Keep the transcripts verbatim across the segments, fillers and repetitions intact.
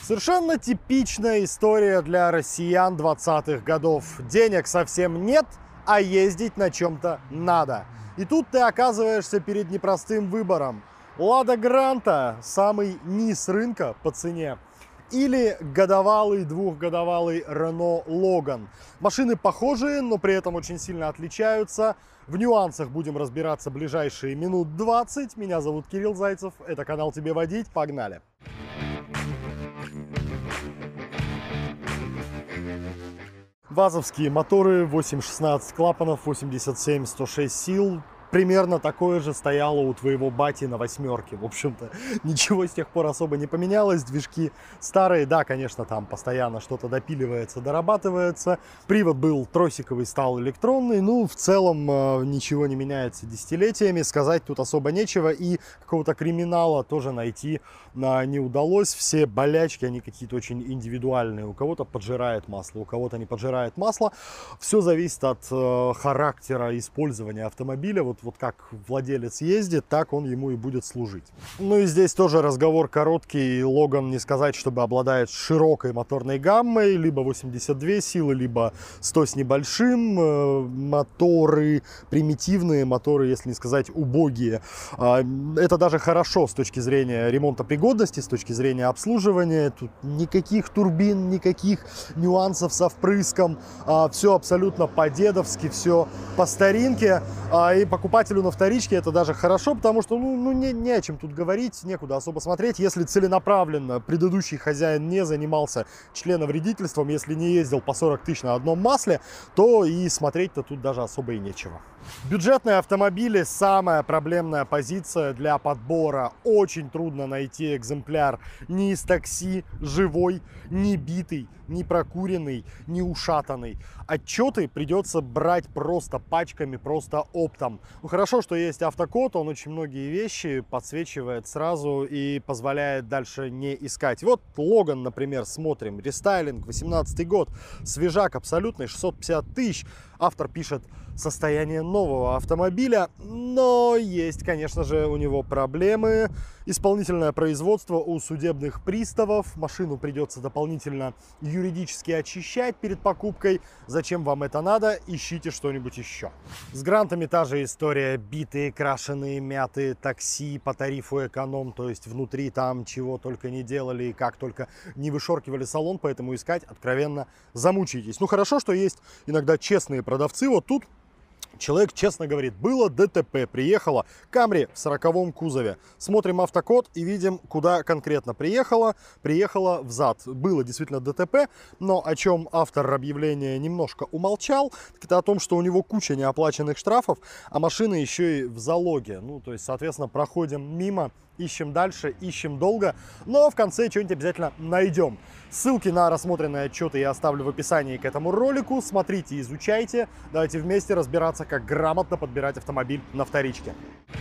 Совершенно типичная история для россиян двадцатых годов. Денег совсем нет, а ездить на чем-то надо. И тут ты оказываешься перед непростым выбором. Лада Гранта – самый низ рынка по цене. Или годовалый, двухгодовалый Renault Logan. Машины похожие, но при этом очень сильно отличаются. В нюансах будем разбираться ближайшие минут двадцать. Меня зовут Кирилл Зайцев. Это канал «Тебе водить». Погнали! ВАЗовские моторы, восемь шестнадцать клапанов, восемьдесят семь сто шесть сил. Примерно такое же стояло у твоего бати на восьмерке. В общем-то, ничего с тех пор особо не поменялось. Движки старые, да, конечно, там постоянно что-то допиливается, дорабатывается. Привод был тросиковый, стал электронный. Ну, в целом, э, ничего не меняется десятилетиями. Сказать тут особо нечего. И какого-то криминала тоже найти э, не удалось. Все болячки, они какие-то очень индивидуальные. У кого-то поджирает масло, у кого-то не поджирает масло. Все зависит от э, характера использования автомобиля. Вот Вот как владелец ездит, так он ему и будет служить. Ну и здесь тоже разговор короткий. Логан, не сказать, чтобы обладает широкой моторной гаммой. Либо восемьдесят две силы, либо сто с небольшим. Моторы примитивные, моторы, если не сказать, убогие. Это даже хорошо с точки зрения ремонта пригодности, с точки зрения обслуживания. Тут никаких турбин, никаких нюансов со впрыском. Все абсолютно по-дедовски, все по старинке. И покупать Покупателю на вторичке это даже хорошо, потому что ну, ну не, не о чем тут говорить, некуда особо смотреть. Если целенаправленно предыдущий хозяин не занимался членовредительством, если не ездил по сорок тысяч на одном масле, то и смотреть-то тут даже особо и нечего. Бюджетные автомобили – самая проблемная позиция для подбора. Очень трудно найти экземпляр не из такси, живой, не битый, не прокуренный, не ушатанный. Отчеты придется брать просто пачками, просто оптом. Ну, хорошо, что есть автокод, он очень многие вещи подсвечивает сразу и позволяет дальше не искать. Вот Логан, например, смотрим, рестайлинг, восемнадцатый год, свежак абсолютный, шестьсот пятьдесят тысяч. Автор пишет состояние нового автомобиля, но есть, конечно же, у него проблемы. Исполнительное производство у судебных приставов. Машину придется дополнительно юридически очищать перед покупкой. Зачем вам это надо? Ищите что-нибудь еще. С Грантами та же история. Битые, крашеные, мятые такси по тарифу эконом. То есть внутри там чего только не делали и как только не вышоркивали салон. Поэтому искать откровенно замучаетесь. Ну хорошо, что есть иногда честные продавцы. Вот тут человек честно говорит, было ДТП, приехала Камри в сороковом кузове. Смотрим автокод и видим, куда конкретно приехала. Приехала взад. Было действительно ДТП, но о чем автор объявления немножко умолчал, так это о том, что у него куча неоплаченных штрафов, а машина еще и в залоге. Ну, то есть, соответственно, проходим мимо, ищем дальше, ищем долго, но в конце что-нибудь обязательно найдем. Ссылки на рассмотренные отчеты я оставлю в описании к этому ролику. Смотрите, изучайте. Давайте вместе разбираться, как грамотно подбирать автомобиль на вторичке.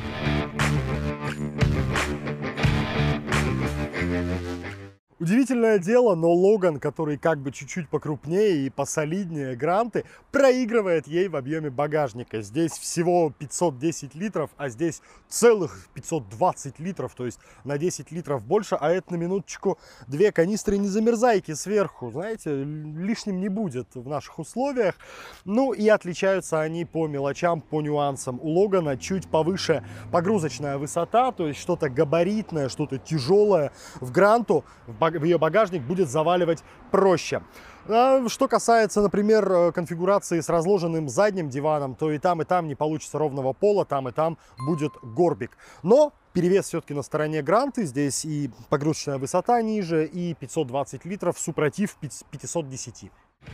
Удивительное дело, но Логан, который как бы чуть-чуть покрупнее и посолиднее Гранты, проигрывает ей в объеме багажника. Здесь всего пятьсот десять литров, а здесь целых пятьсот двадцать литров, то есть на десять литров больше, а это на минуточку две канистры незамерзайки сверху. Знаете, лишним не будет в наших условиях. Ну и отличаются они по мелочам, по нюансам. У Логана чуть повыше погрузочная высота, то есть что-то габаритное, что-то тяжелое. В Гранту в в ее багажник будет заваливать проще. Что касается, например, конфигурации с разложенным задним диваном, то и там, и там не получится ровного пола, там и там будет горбик. Но перевес все-таки на стороне Гранты. Здесь и погрузочная высота ниже, и пятьсот двадцать литров супротив пятисот десяти.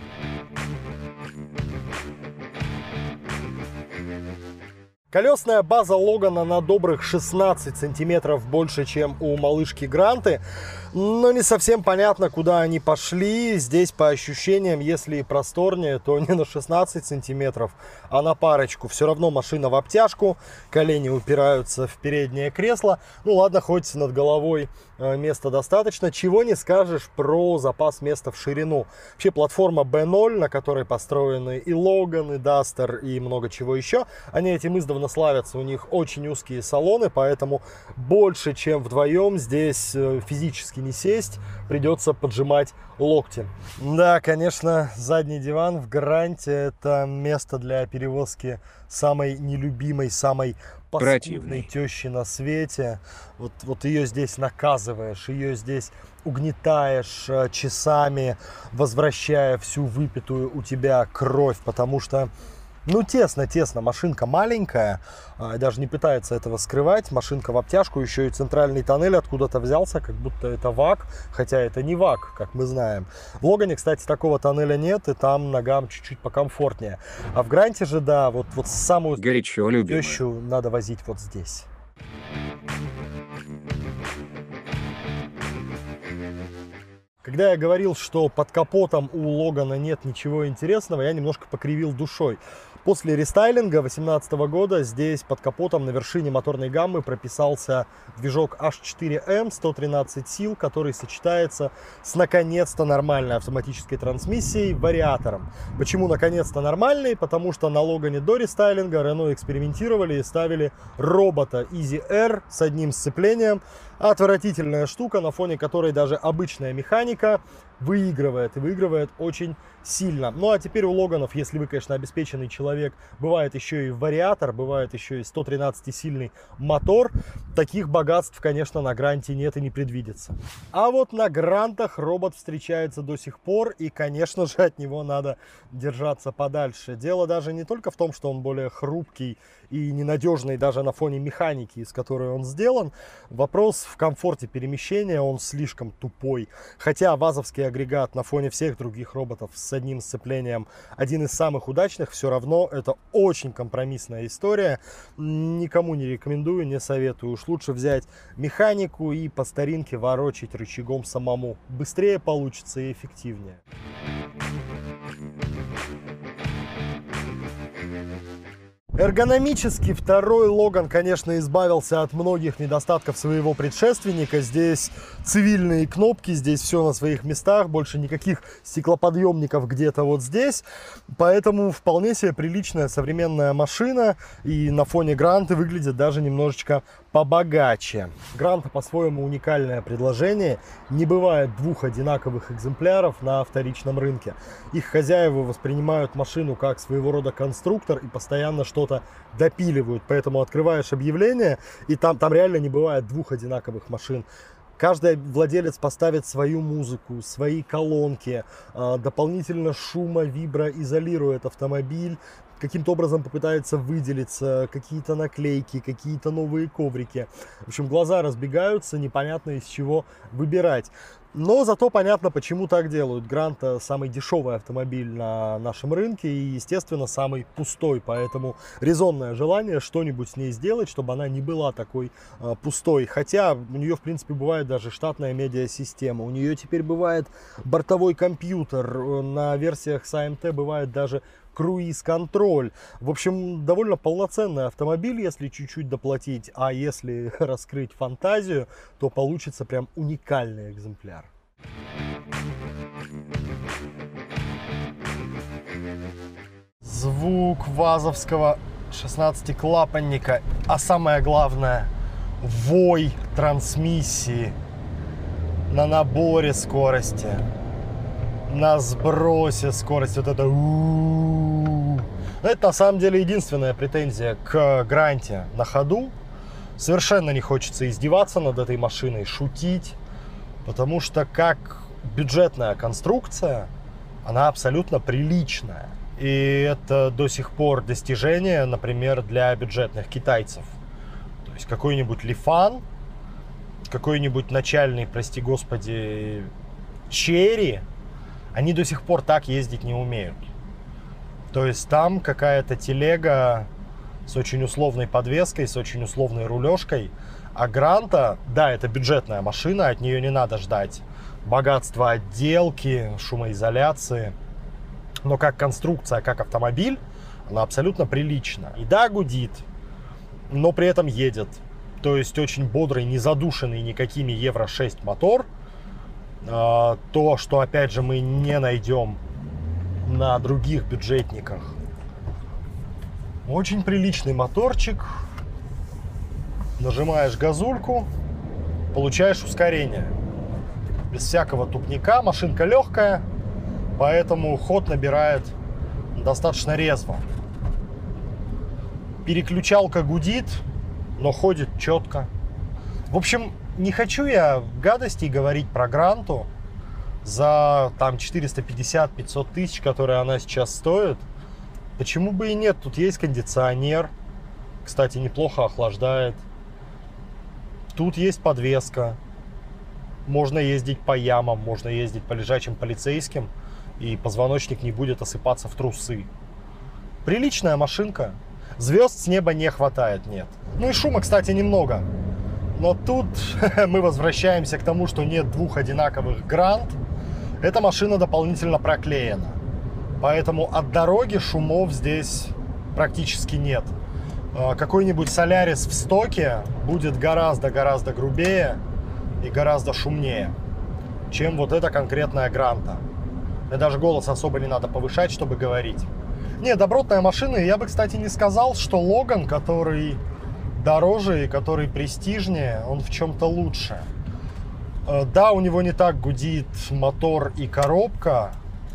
Колесная база Логана на добрых шестнадцать сантиметров больше, чем у малышки Гранты. Но не совсем понятно, куда они пошли. Здесь, по ощущениям, если просторнее, то не на шестнадцать сантиметров, а на парочку. Все равно машина в обтяжку, колени упираются в переднее кресло. Ну ладно, хоть над головой места достаточно. Чего не скажешь про запас места в ширину. Вообще платформа бэ ноль, на которой построены и Логан, и Дастер, и много чего еще. Они этим издавна славятся. У них очень узкие салоны, поэтому больше, чем вдвоем здесь физически практически не сесть, придется поджимать локти. Да, конечно, задний диван в Гранте — это место для перевозки самой нелюбимой, самой паскудной тещи на свете. Вот, вот ее здесь наказываешь, ее здесь угнетаешь часами, возвращая всю выпитую у тебя кровь, потому что, ну, тесно, тесно, машинка маленькая, даже не пытается этого скрывать, машинка в обтяжку, еще и центральный тоннель откуда-то взялся, как будто это ВАК, хотя это не ВАК, как мы знаем. В Логане, кстати, такого тоннеля нет, и там ногам чуть-чуть покомфортнее. А в Гранте же, да, вот, вот самую горячо любимая тещу надо возить вот здесь. Когда я говорил, что под капотом у Логана нет ничего интересного, я немножко покривил душой. После рестайлинга две тысячи восемнадцатого года здесь под капотом на вершине моторной гаммы прописался движок эйч четыре эм сто тринадцать сил, который сочетается с наконец-то нормальной автоматической трансмиссией, вариатором. Почему наконец-то нормальный? Потому что на Логане до рестайлинга Renault экспериментировали и ставили робота Easy Air с одним сцеплением. Отвратительная штука, на фоне которой даже обычная механика выигрывает, и выигрывает очень сильно. Ну а теперь у Логанов, если вы, конечно, обеспеченный человек, бывает еще и вариатор, бывает еще и сто тринадцатисильный мотор. Таких богатств, конечно, на Гранте нет и не предвидится. А вот на Грантах робот встречается до сих пор, и, конечно же, от него надо держаться подальше. Дело даже не только в том, что он более хрупкий и ненадежный даже на фоне механики, из которой он сделан. Вопрос в комфорте перемещения, он слишком тупой. Хотя вазовский агрегат на фоне всех других роботов с одним сцеплением один из самых удачных, все равно это очень компромиссная история. Никому не рекомендую, не советую. Уж лучше взять механику и по старинке ворочать рычагом самому. Быстрее получится и эффективнее. Эргономически второй Логан, конечно, избавился от многих недостатков своего предшественника. Здесь цивильные кнопки, здесь все на своих местах, больше никаких стеклоподъемников где-то вот здесь. Поэтому вполне себе приличная современная машина, и на фоне Гранты выглядит даже немножечко побогаче. Гранта по-своему уникальное предложение. Не бывает двух одинаковых экземпляров на вторичном рынке. Их хозяева воспринимают машину как своего рода конструктор и постоянно что-то допиливают. Поэтому открываешь объявление, и там, там реально не бывает двух одинаковых машин. Каждый владелец поставит свою музыку, свои колонки, дополнительно шумовиброизолирует автомобиль, каким-то образом попытается выделиться, какие-то наклейки, какие-то новые коврики. В общем, глаза разбегаются, непонятно из чего выбирать. Но зато понятно, почему так делают. Гранта самый дешевый автомобиль на нашем рынке и, естественно, самый пустой. Поэтому резонное желание что-нибудь с ней сделать, чтобы она не была такой э, пустой. Хотя у нее, в принципе, бывает даже штатная медиасистема. У нее теперь бывает бортовой компьютер. На версиях с а эм тэ бывает даже круиз-контроль. В общем, довольно полноценный автомобиль, если чуть-чуть доплатить. А если раскрыть фантазию, то получится прям уникальный экземпляр. Звук вазовского шестнадцатиклапанника, а самое главное, вой трансмиссии на наборе скорости, на сбросе скорости, вот это у-у-у. Это на самом деле единственная претензия к Гранте на ходу. Совершенно не хочется издеваться над этой машиной, шутить, потому что как бюджетная конструкция она абсолютно приличная. И это до сих пор достижение, например, для бюджетных китайцев. То есть какой-нибудь Лифан, какой-нибудь начальный, прости господи, Черри, они до сих пор так ездить не умеют. То есть там какая-то телега с очень условной подвеской, с очень условной рулежкой. А Гранта, да, это бюджетная машина, от нее не надо ждать богатства отделки, шумоизоляции. Но как конструкция, как автомобиль, она абсолютно прилична. И да, гудит, но при этом едет. То есть очень бодрый, не задушенный никакими евро шесть мотор. То, что, опять же, мы не найдем на других бюджетниках. Очень приличный моторчик. Нажимаешь газульку, получаешь ускорение. без всякого тупника. Машинка легкая, поэтому ход набирает достаточно резво. Переключалка гудит, но ходит четко. В общем, не хочу я гадостей говорить про Гранту за там четыреста пятьдесят — пятьсот тысяч, которые она сейчас стоит. Почему бы и нет? Тут есть кондиционер. Кстати, неплохо охлаждает. Тут есть подвеска. Можно ездить по ямам, можно ездить по лежачим полицейским, и позвоночник не будет осыпаться в трусы. Приличная машинка. Звезд с неба не хватает, нет. Ну и шума, кстати, немного. Но тут мы возвращаемся к тому, что нет двух одинаковых Грант. Эта машина дополнительно проклеена. Поэтому от дороги шумов здесь практически нет. Какой-нибудь Солярис в стоке будет гораздо-гораздо грубее и гораздо шумнее, чем вот эта конкретная Гранта. Мне даже голос особо не надо повышать, чтобы говорить. Не, добротная машина. Я бы, кстати, не сказал, что Логан, который дороже и который престижнее, он в чем-то лучше. Да, у него не так гудит мотор и коробка,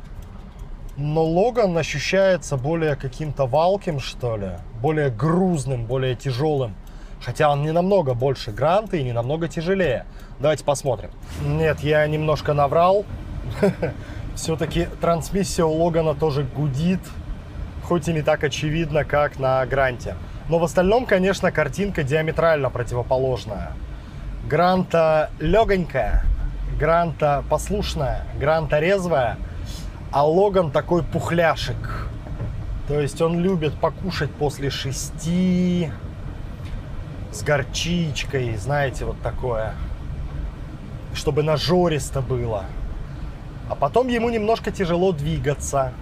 но Логан ощущается более каким-то валким, что ли, более грузным, более тяжелым. Хотя он не намного больше Гранты и не намного тяжелее. Давайте посмотрим. Нет, я немножко наврал. Все-таки трансмиссия у Логана тоже гудит, хоть и не так очевидно, как на Гранте. Но в остальном, конечно, картинка диаметрально противоположная. Гранта легонькая, Гранта послушная, Гранта резвая, а Логан такой пухляшек. То есть он любит покушать после шести с горчичкой, знаете, вот такое, чтобы нажористо было. А потом ему немножко тяжело двигаться.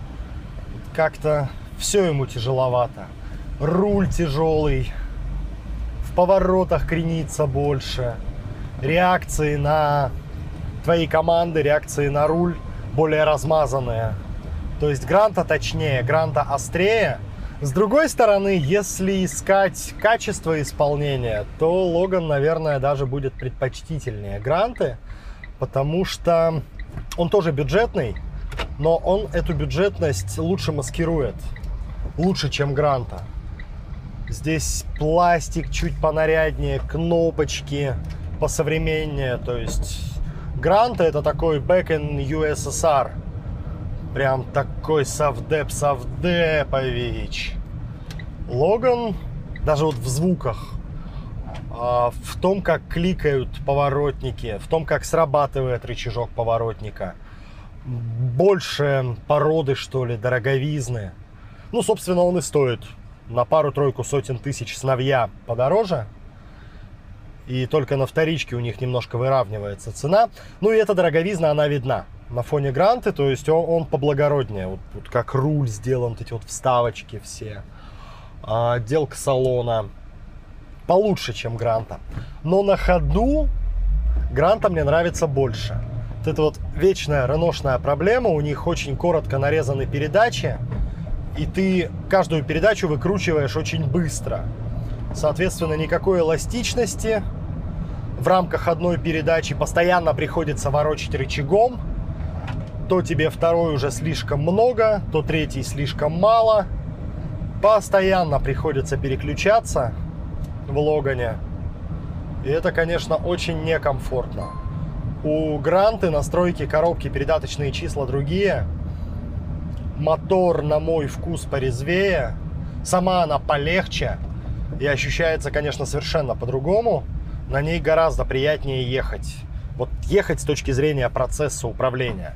Как-то все ему тяжеловато. Руль тяжелый, в поворотах кренится больше. Реакции на твои команды, реакции на руль более размазанные. То есть Гранта точнее, Гранта острее. С другой стороны, если искать качество исполнения, то Логан, наверное, даже будет предпочтительнее Гранты, потому что он тоже бюджетный, но он эту бюджетность лучше маскирует, лучше, чем Гранта. Здесь пластик чуть понаряднее, кнопочки посовременнее, то есть Гранта это такой back in ю эс эс ар. Прям такой совдеп-совдепович. Логан, даже вот в звуках, в том, как кликают поворотники, в том, как срабатывает рычажок поворотника, больше породы, что ли, дороговизны. Ну, собственно, он и стоит на пару-тройку сотен тысяч сновья подороже. И только на вторичке у них немножко выравнивается цена. Ну, и эта дороговизна, она видна на фоне Гранты, то есть он, он поблагороднее. Вот, вот как руль сделан, вот эти вот вставочки все. А, отделка салона получше, чем Гранта. Но на ходу Гранта мне нравится больше. Вот это вот вечная реношная проблема. У них очень коротко нарезаны передачи. И ты каждую передачу выкручиваешь очень быстро. Соответственно, никакой эластичности в рамках одной передачи. Постоянно приходится ворочать рычагом. То тебе второй уже слишком много, то третий слишком мало. Постоянно приходится переключаться в Логане. И это, конечно, очень некомфортно. У Гранты настройки коробки, передаточные числа другие. Мотор, на мой вкус, порезвее. Сама она полегче. И ощущается, конечно, совершенно по-другому. На ней гораздо приятнее ехать. Вот ехать с точки зрения процесса управления.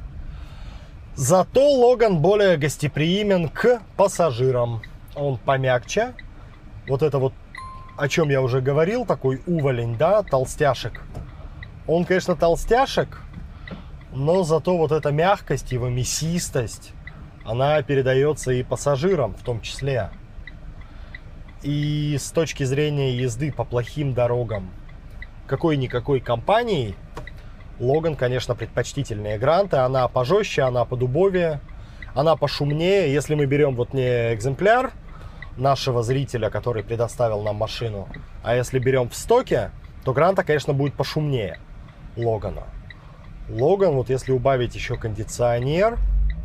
Зато Логан более гостеприимен к пассажирам. Он помягче. Вот это вот, о чем я уже говорил, такой уволень, да, толстяшек. Он, конечно, толстяшек, но зато вот эта мягкость, его мясистость, она передается и пассажирам в том числе. И с точки зрения езды по плохим дорогам какой-никакой компании, Логан, конечно, предпочтительнее Гранты. Она пожестче, она подубовее, она пошумнее. Если мы берем вот не экземпляр нашего зрителя, который предоставил нам машину, а если берем в стоке, то Гранта, конечно, будет пошумнее Логана. Логан, вот если убавить еще кондиционер,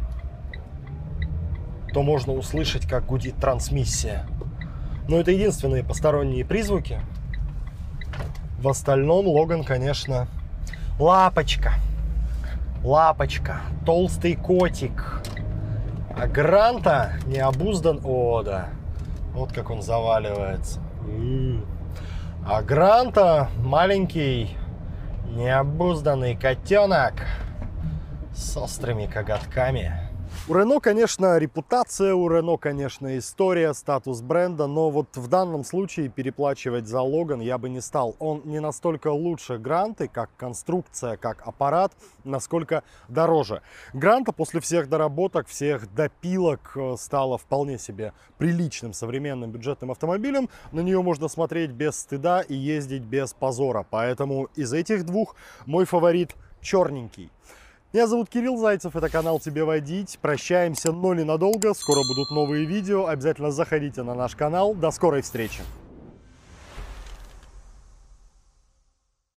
то можно услышать, как гудит трансмиссия. Но это единственные посторонние призвуки. В остальном Логан, конечно, лапочка. Лапочка. Толстый котик. А Гранта необуздан... О, да. Вот как он заваливается. А Гранта маленький, необузданный котенок с острыми коготками. У Рено, конечно, репутация, у Рено, конечно, история, статус бренда, но вот в данном случае переплачивать за Логан я бы не стал. Он не настолько лучше Гранты, как конструкция, как аппарат, насколько дороже. Гранта после всех доработок, всех допилок стала вполне себе приличным современным бюджетным автомобилем. На нее можно смотреть без стыда и ездить без позора. Поэтому из этих двух мой фаворит черненький. Меня зовут Кирилл Зайцев, это канал Тебе Водить. Прощаемся, но ненадолго. Скоро будут новые видео. Обязательно заходите на наш канал. До скорой встречи.